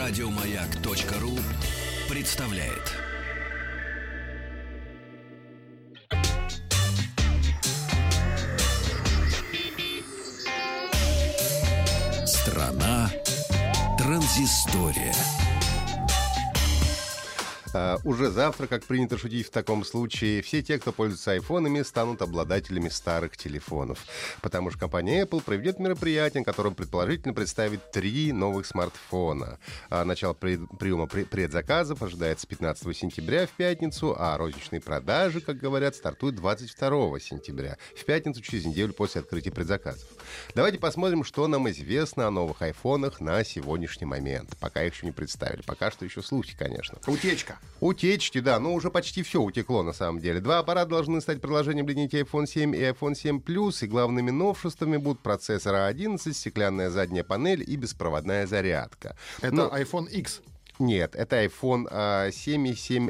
Радиомаяк.ру представляет. Страна транзистория. Уже завтра, как принято шутить в таком случае, все те, кто пользуется айфонами, станут обладателями старых телефонов. Потому что компания Apple проведет мероприятие, на котором предположительно представит 3 новых смартфона. Начало приема предзаказов ожидается 15 сентября в пятницу, а розничные продажи, как говорят, стартуют 22 сентября, в пятницу через неделю после открытия предзаказов. Давайте посмотрим, что нам известно о новых айфонах на сегодняшний момент. Пока их еще не представили. Пока что еще слухи, конечно. Утечки, да, но уже почти все утекло на самом деле. 2 аппарата должны стать приложением линейки iPhone 7 и iPhone 7 Plus, и главными новшествами будут процессор A11, стеклянная задняя панель и беспроводная зарядка. Это iPhone X. Нет, это iPhone 7 и 7,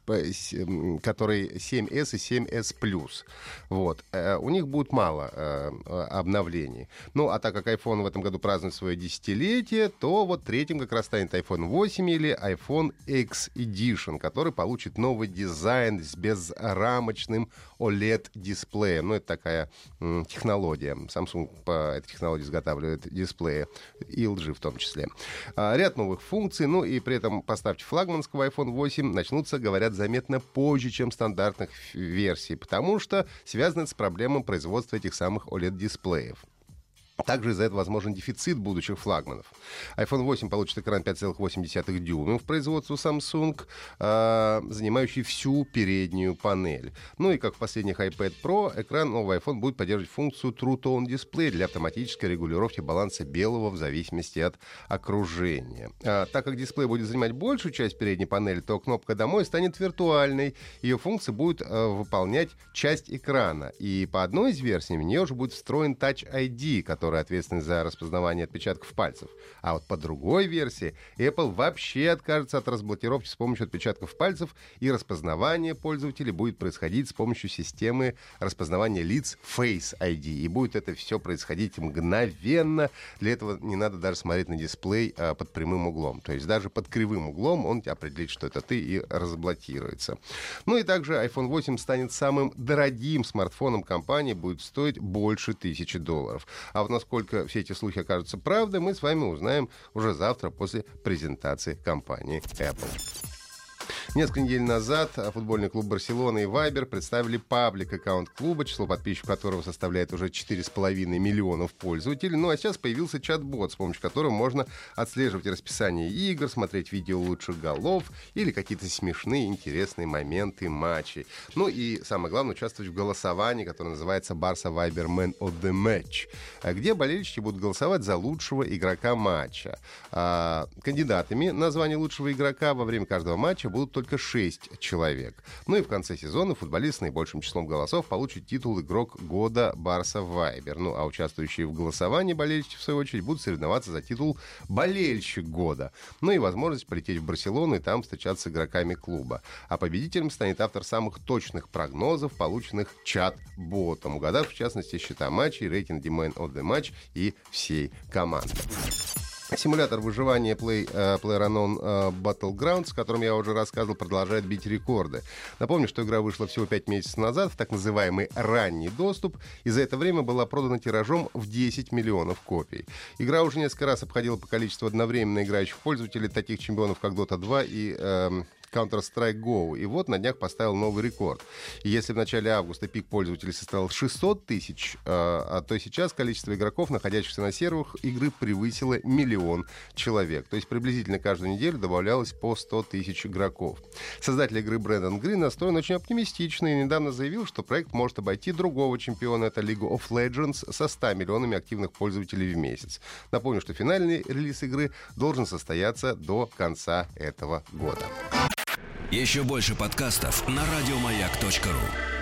который 7s и 7s Plus. Вот. У них будет мало обновлений. Ну, а так как iPhone в этом году празднует свое десятилетие, то вот третьим как раз станет iPhone 8 или iPhone X Edition, который получит новый дизайн с безрамочным OLED-дисплеем. Ну, это такая технология. Samsung по этой технологии изготавливает дисплеи, и LG в том числе. Ряд новых функций, ну и при этом поставки флагманского iPhone 8 начнутся, говорят, заметно позже, чем стандартных версий, потому что связано это с проблемой производства этих самых OLED-дисплеев. Также из-за этого возможен дефицит будущих флагманов. iPhone 8 получит экран 5,8 дюймов производства Samsung, занимающий всю переднюю панель. Ну и как в последних iPad Pro, экран нового iPhone будет поддерживать функцию True Tone Display для автоматической регулировки баланса белого в зависимости от окружения. Так как дисплей будет занимать большую часть передней панели, то кнопка «Домой» станет виртуальной. Ее функция будет выполнять часть экрана. И по одной из версий в нее уже будет встроен Touch ID, который ответственный за распознавание отпечатков пальцев. А вот по другой версии Apple вообще откажется от разблокировки с помощью отпечатков пальцев, и распознавание пользователей будет происходить с помощью системы распознавания лиц Face ID. И будет это все происходить мгновенно. Для этого не надо даже смотреть на дисплей под прямым углом. То есть даже под кривым углом он определит, что это ты, и разблокируется. Ну и также iPhone 8 станет самым дорогим смартфоном компании, будет стоить больше $1000. А вот насколько все эти слухи окажутся правдой, мы с вами узнаем уже завтра после презентации компании Apple. Несколько недель назад футбольный клуб «Барселона» и Вайбер представили паблик-аккаунт клуба, число подписчиков которого составляет уже 4,5 миллионов пользователей. Ну а сейчас появился чат-бот, с помощью которого можно отслеживать расписание игр, смотреть видео лучших голов или какие-то смешные, интересные моменты матчей. Ну и самое главное, участвовать в голосовании, которое называется «Barça Viber Man of the Match», где болельщики будут голосовать за лучшего игрока матча. Кандидатами на звание лучшего игрока во время каждого матча будут только 6 человек. Ну и в конце сезона футболист с наибольшим числом голосов получит титул «Игрок года Barça Viber». Ну а участвующие в голосовании болельщики, в свою очередь, будут соревноваться за титул «Болельщик года». Ну и возможность полететь в Барселону и там встречаться с игроками клуба. А победителем станет автор самых точных прогнозов, полученных чат-ботом, угадав, в частности, счета матчей, рейтинги Man of the Match и всей команды. Симулятор выживания PlayerUnknown's Battlegrounds, о котором я уже рассказывал, продолжает бить рекорды. Напомню, что игра вышла всего 5 месяцев назад в так называемый ранний доступ, и за это время была продана тиражом в 10 миллионов копий. Игра уже несколько раз обходила по количеству одновременно играющих пользователей таких чемпионов, как Dota 2 и Counter-Strike Go, и вот на днях поставил новый рекорд. И если в начале августа пик пользователей составил 600 тысяч, то сейчас количество игроков, находящихся на серверах игры, превысило 1 миллион человек. То есть приблизительно каждую неделю добавлялось по 100 тысяч игроков. Создатель игры Брэндон Грин настроен очень оптимистично и недавно заявил, что проект может обойти другого чемпиона, это League of Legends, со 100 миллионами активных пользователей в месяц. Напомню, что финальный релиз игры должен состояться до конца этого года. Еще больше подкастов на радиомаяк.ру.